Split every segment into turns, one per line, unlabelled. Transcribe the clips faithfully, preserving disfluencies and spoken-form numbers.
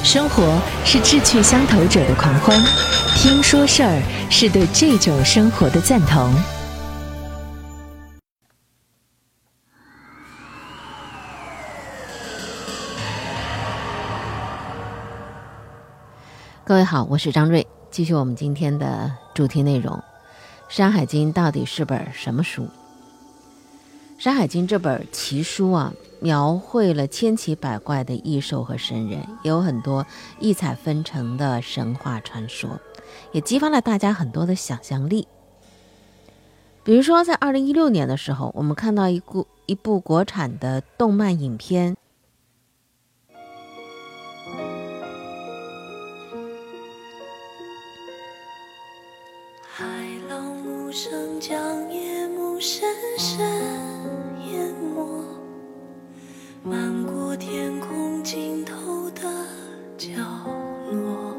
生活是志趣相投者的狂欢，听说事儿是对这种生活的赞同。
各位好，我是张瑞，继续我们今天的主题内容。《山海经》到底是本什么书？《山海经》这本奇书啊，描绘了千奇百怪的异兽和神人，也有很多异彩纷呈的神话传说，也激发了大家很多的想象力。比如说在二零一六年的时候，我们看到一部一部国产的动漫影片，
海浪无声将夜幕深深淹没，漫过天空尽头的角落，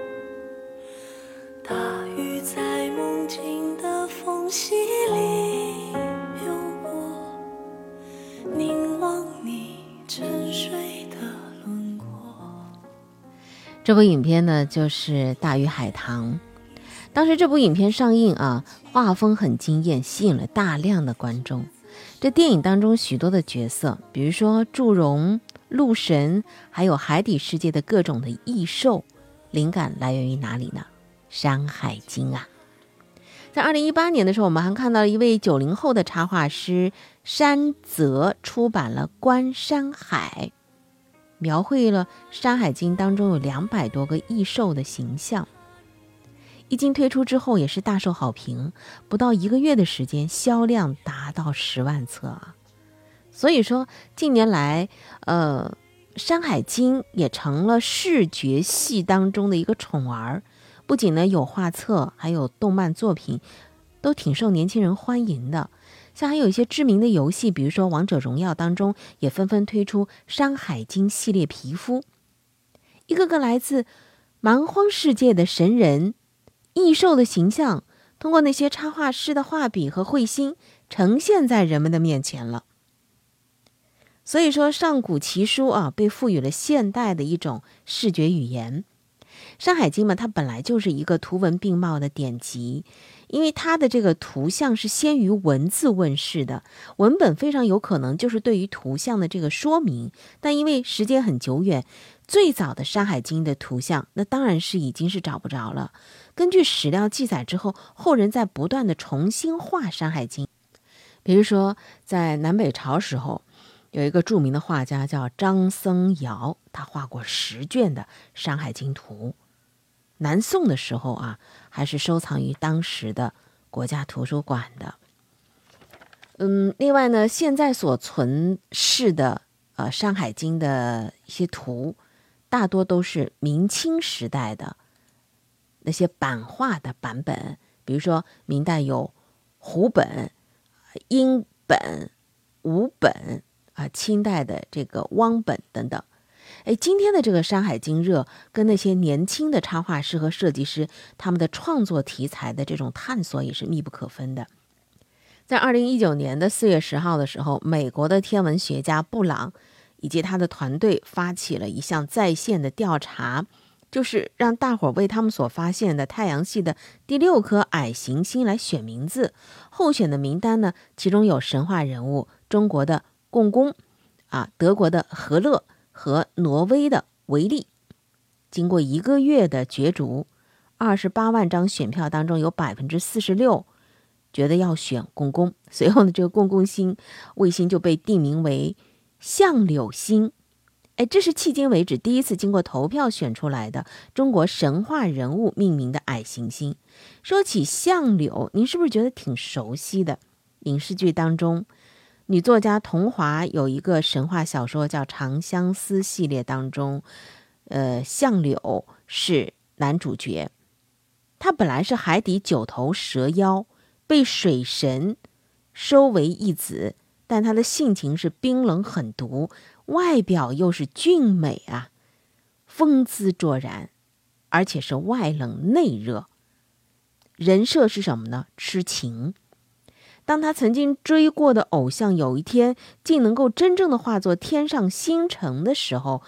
大雨在梦境的缝隙里流过，凝望你沉睡的轮廓。
这部影片呢就是《大鱼海棠》。当时这部影片上映啊，画风很惊艳，吸引了大量的观众。这电影当中许多的角色，比如说祝融、鹿神，还有海底世界的各种的异兽，灵感来源于哪里呢？山海经啊。在二零一八年的时候，我们还看到一位九零后的插画师山泽出版了《观山海》，描绘了山海经当中有两百多个异兽的形象。一经推出之后也是大受好评，不到一个月的时间销量达到十万册啊！所以说近年来呃，山海经也成了视觉系当中的一个宠儿，不仅呢有画册，还有动漫作品都挺受年轻人欢迎的。像还有一些知名的游戏，比如说王者荣耀当中也纷纷推出山海经系列皮肤，一个个来自蛮荒世界的神人异兽的形象，通过那些插画师的画笔和绘心呈现在人们的面前了。所以说上古奇书啊，被赋予了现代的一种视觉语言。山海经嘛，它本来就是一个图文并茂的典籍，因为它的这个图像是先于文字问世的，文本非常有可能就是对于图像的这个说明，但因为时间很久远，最早的山海经的图像那当然是已经是找不着了。根据史料记载之后，后人在不断的重新画山海经。比如说在南北朝时候，有一个著名的画家叫张僧繇，他画过十卷的山海经图。南宋的时候啊，还是收藏于当时的国家图书馆的。嗯，另外呢，现在所存世的呃山海经的一些图，大多都是明清时代的那些版画的版本，比如说明代有胡本、英本、吴本啊，清代的这个汪本等等。哎，今天的这个山海经热，跟那些年轻的插画师和设计师他们的创作题材的这种探索也是密不可分的。在二零一九年的四月十号的时候，美国的天文学家布朗以及他的团队发起了一项在线的调查，就是让大伙为他们所发现的太阳系的第六颗矮行星来选名字。候选的名单呢，其中有神话人物中国的共工啊，德国的和乐和挪威的维利。经过一个月的角逐，二十八万张选票当中有百分之四十六觉得要选共工，随后呢，这个共工星卫星就被定名为相柳星。哎，这是迄今为止第一次经过投票选出来的中国神话人物命名的矮行星。说起相柳，您是不是觉得挺熟悉的？影视剧当中，女作家桐华有一个神话小说叫《长相思》系列当中，呃，相柳是男主角。他本来是海底九头蛇妖，被水神收为义子，但他的性情是冰冷狠毒，外表又是俊美啊，风姿卓然，而且是外冷内热。人设是什么呢？痴情。当他曾经追过的偶像有一天竟能够真正的化作天上星辰的时候，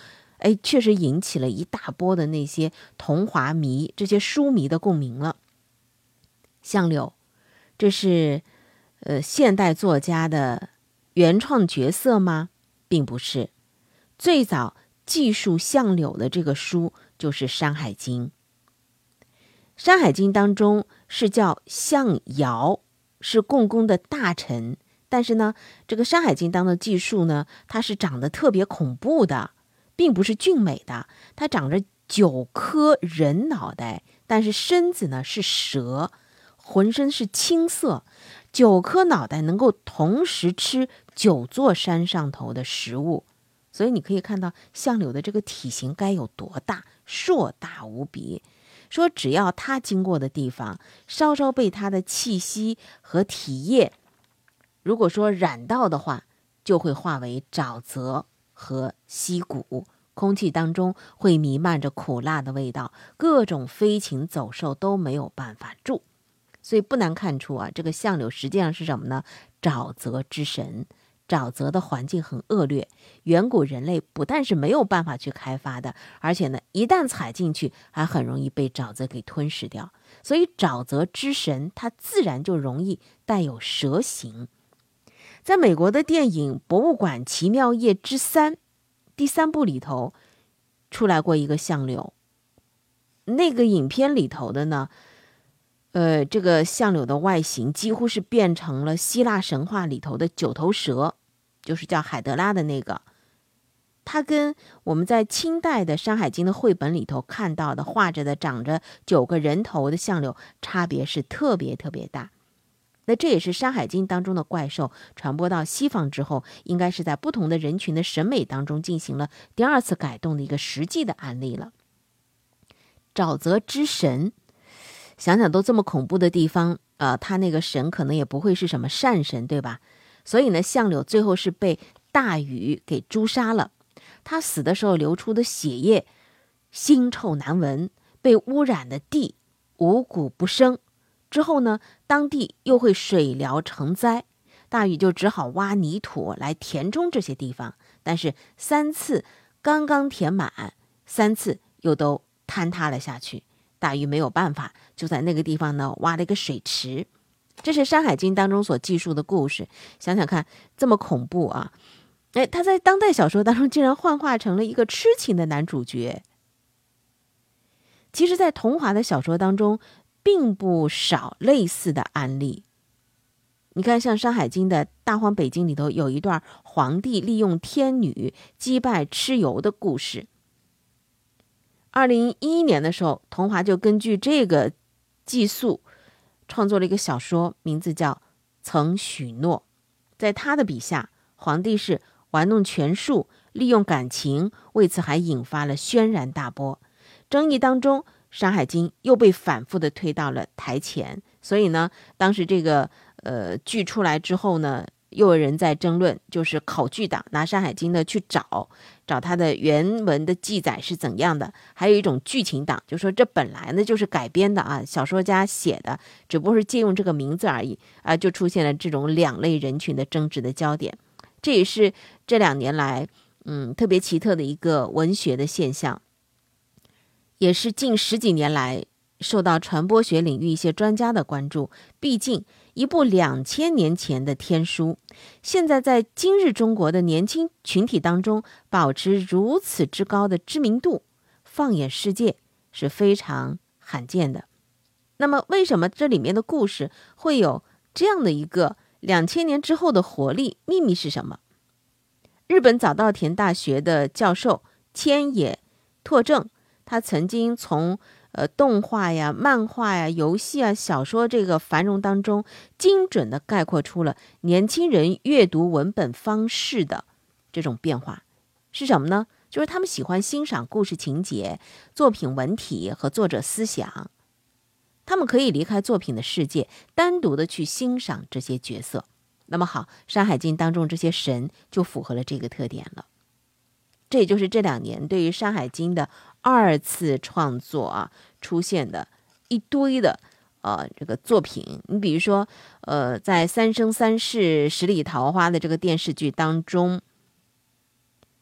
哎，确实引起了一大波的那些童话迷、这些书迷的共鸣了。相柳，这是呃现代作家的原创角色吗？并不是。最早记述相柳的这个书就是《山海经》。《山海经》当中是叫相尧，是共工的大臣，但是呢，这个《山海经》当中的记述呢，它是长得特别恐怖的，并不是俊美的，它长着九颗人脑袋，但是身子呢是蛇，浑身是青色，九颗脑袋能够同时吃九座山上头的食物，所以你可以看到相柳的这个体型该有多大，硕大无比。说只要他经过的地方，稍稍被他的气息和体液，如果说染到的话，就会化为沼泽和溪谷，空气当中会弥漫着苦辣的味道，各种飞禽走兽都没有办法住。所以不难看出啊，这个相柳实际上是什么呢？沼泽之神。沼泽的环境很恶劣，远古人类不但是没有办法去开发的，而且呢，一旦踩进去，还很容易被沼泽给吞噬掉。所以沼泽之神，它自然就容易带有蛇形。在美国的电影《博物馆奇妙夜之三》第三部里头，出来过一个相柳。那个影片里头的呢，呃，这个相柳的外形几乎是变成了希腊神话里头的九头蛇，就是叫海德拉的那个。它跟我们在清代的《山海经》的绘本里头看到的画着的长着九个人头的相柳差别是特别特别大。那这也是《山海经》当中的怪兽传播到西方之后，应该是在不同的人群的审美当中进行了第二次改动的一个实际的案例了。沼泽之神，想想都这么恐怖的地方，呃，他那个神可能也不会是什么善神，对吧？所以呢，相柳最后是被大禹给诛杀了。他死的时候流出的血液腥臭难闻，被污染的地五谷不生。之后呢，当地又会水涝成灾，大禹就只好挖泥土来填充这些地方。但是三次刚刚填满，三次又都坍塌了下去。大禹没有办法，就在那个地方呢挖了一个水池。这是《山海经》当中所记述的故事。想想看，这么恐怖啊！哎，他在当代小说当中竟然幻化成了一个痴情的男主角。其实在童话的小说当中并不少类似的案例。你看像《山海经》的大荒北经里头有一段皇帝利用天女击败蚩尤的故事。二零一一年的时候，桐华就根据这个记述创作了一个小说，名字叫《曾许诺》。在他的笔下，皇帝是玩弄权术，利用感情，为此还引发了轩然大波。争议当中，《山海经》又被反复的推到了台前，所以呢，当时这个呃剧出来之后呢，又有人在争论，就是考据党拿《山海经》的去找找它的原文的记载是怎样的，还有一种剧情党，就说这本来呢就是改编的啊，小说家写的，只不过是借用这个名字而已啊，就出现了这种两类人群的争执的焦点。这也是这两年来嗯特别奇特的一个文学的现象，也是近十几年来受到传播学领域一些专家的关注。毕竟一部两千年前的天书，现在在今日中国的年轻群体当中保持如此之高的知名度，放眼世界是非常罕见的。那么为什么这里面的故事会有这样的一个两千年之后的活力？秘密是什么？日本早稻田大学的教授千野拓正，他曾经从呃动画呀、漫画呀、游戏啊、小说这个繁荣当中，精准的概括出了年轻人阅读文本方式的这种变化。是什么呢？就是他们喜欢欣赏故事情节、作品文体和作者思想，他们可以离开作品的世界，单独的去欣赏这些角色。那么好，《山海经》当中这些神就符合了这个特点了。这也就是这两年对于《山海经》的二次创作啊，出现的一堆的呃这个作品。你比如说，呃，在《三生三世十里桃花》的这个电视剧当中，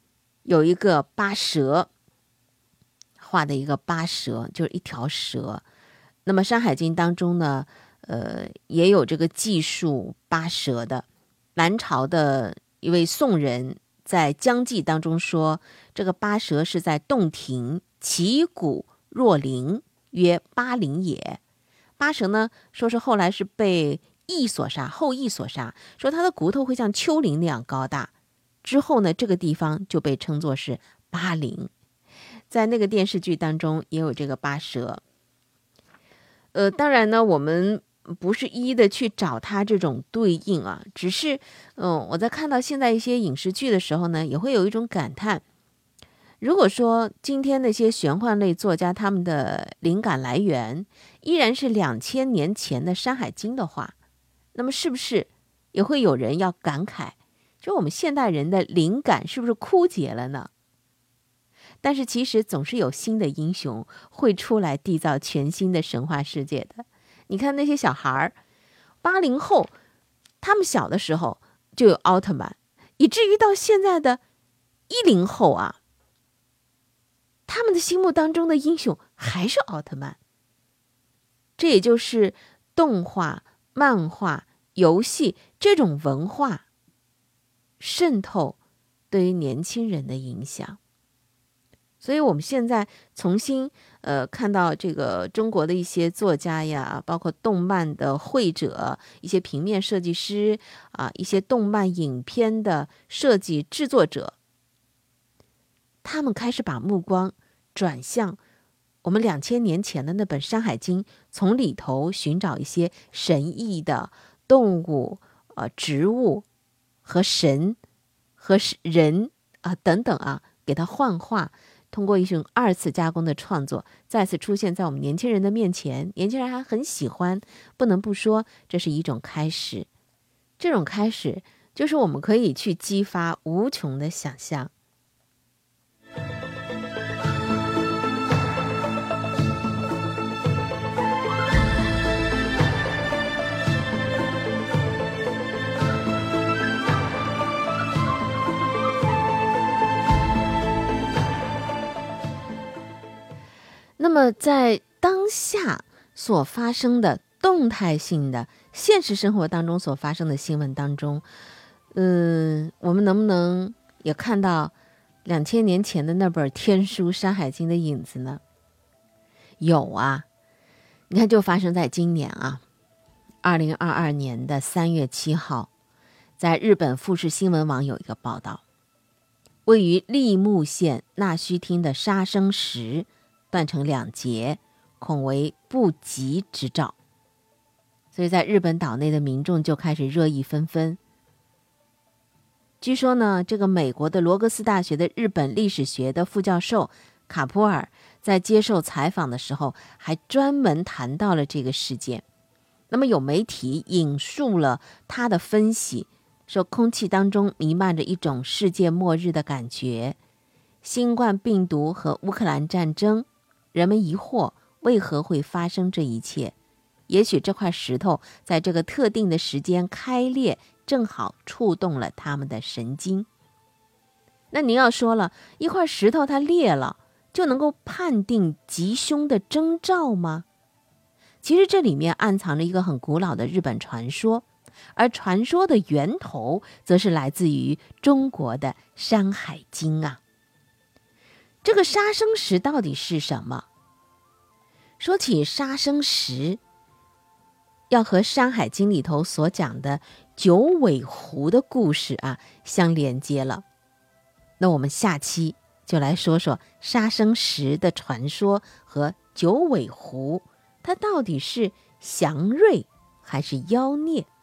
有一个八蛇，画的一个八蛇，就是一条蛇。那么《山海经》当中呢，呃，也有这个记述八蛇的。南朝的一位宋人在《将记》当中说，这个八蛇是在洞庭，其骨若鳞，曰八灵也。八蛇呢，说是后来是被羿所杀，后羿所杀，说他的骨头会像丘陵那样高大。之后呢，这个地方就被称作是八灵。在那个电视剧当中也有这个八蛇。呃，当然呢，我们不是一一的去找它这种对应啊，只是，嗯，我在看到现在一些影视剧的时候呢，也会有一种感叹。如果说今天那些玄幻类作家他们的灵感来源依然是两千年前的《山海经》的话，那么是不是也会有人要感慨，就我们现代人的灵感是不是枯竭了呢？但是其实总是有新的英雄会出来缔造全新的神话世界的。你看那些小孩八零后，他们小的时候就有奥特曼，以至于到现在的一零后啊，他们的心目当中的英雄还是奥特曼。这也就是动画、漫画、游戏这种文化渗透对于年轻人的影响。所以我们现在重新呃看到这个中国的一些作家呀，包括动漫的绘者，一些平面设计师啊，一些动漫影片的设计制作者，他们开始把目光转向我们两千年前的那本《山海经》，从里头寻找一些神异的动物、呃植物和神和人啊等等啊，给它幻化。通过一种二次加工的创作再次出现在我们年轻人的面前，年轻人还很喜欢，不能不说这是一种开始。这种开始就是我们可以去激发无穷的想象。那么在当下所发生的动态性的现实生活当中所发生的新闻当中，嗯，我们能不能也看到两千年前的那本天书《山海经》的影子呢？有啊，你看就发生在今年啊，二零二二年的三月七号，在日本富士新闻网有一个报道，位于立木县那须町的杀生石断成两截，恐为不吉之兆。所以在日本岛内的民众就开始热议纷纷。据说呢，这个美国的罗格斯大学的日本历史学的副教授卡普尔在接受采访的时候还专门谈到了这个事件。那么有媒体引述了他的分析，说空气当中弥漫着一种世界末日的感觉，新冠病毒和乌克兰战争，人们疑惑为何会发生这一切。也许这块石头在这个特定的时间开裂，正好触动了他们的神经。那您要说了，一块石头它裂了，就能够判定吉凶的征兆吗？其实这里面暗藏着一个很古老的日本传说，而传说的源头则是来自于中国的《山海经》啊。这个杀生石到底是什么？说起杀生石，要和《山海经》里头所讲的九尾狐的故事啊相连接了。那我们下期就来说说杀生石的传说和九尾狐，它到底是祥瑞还是妖孽？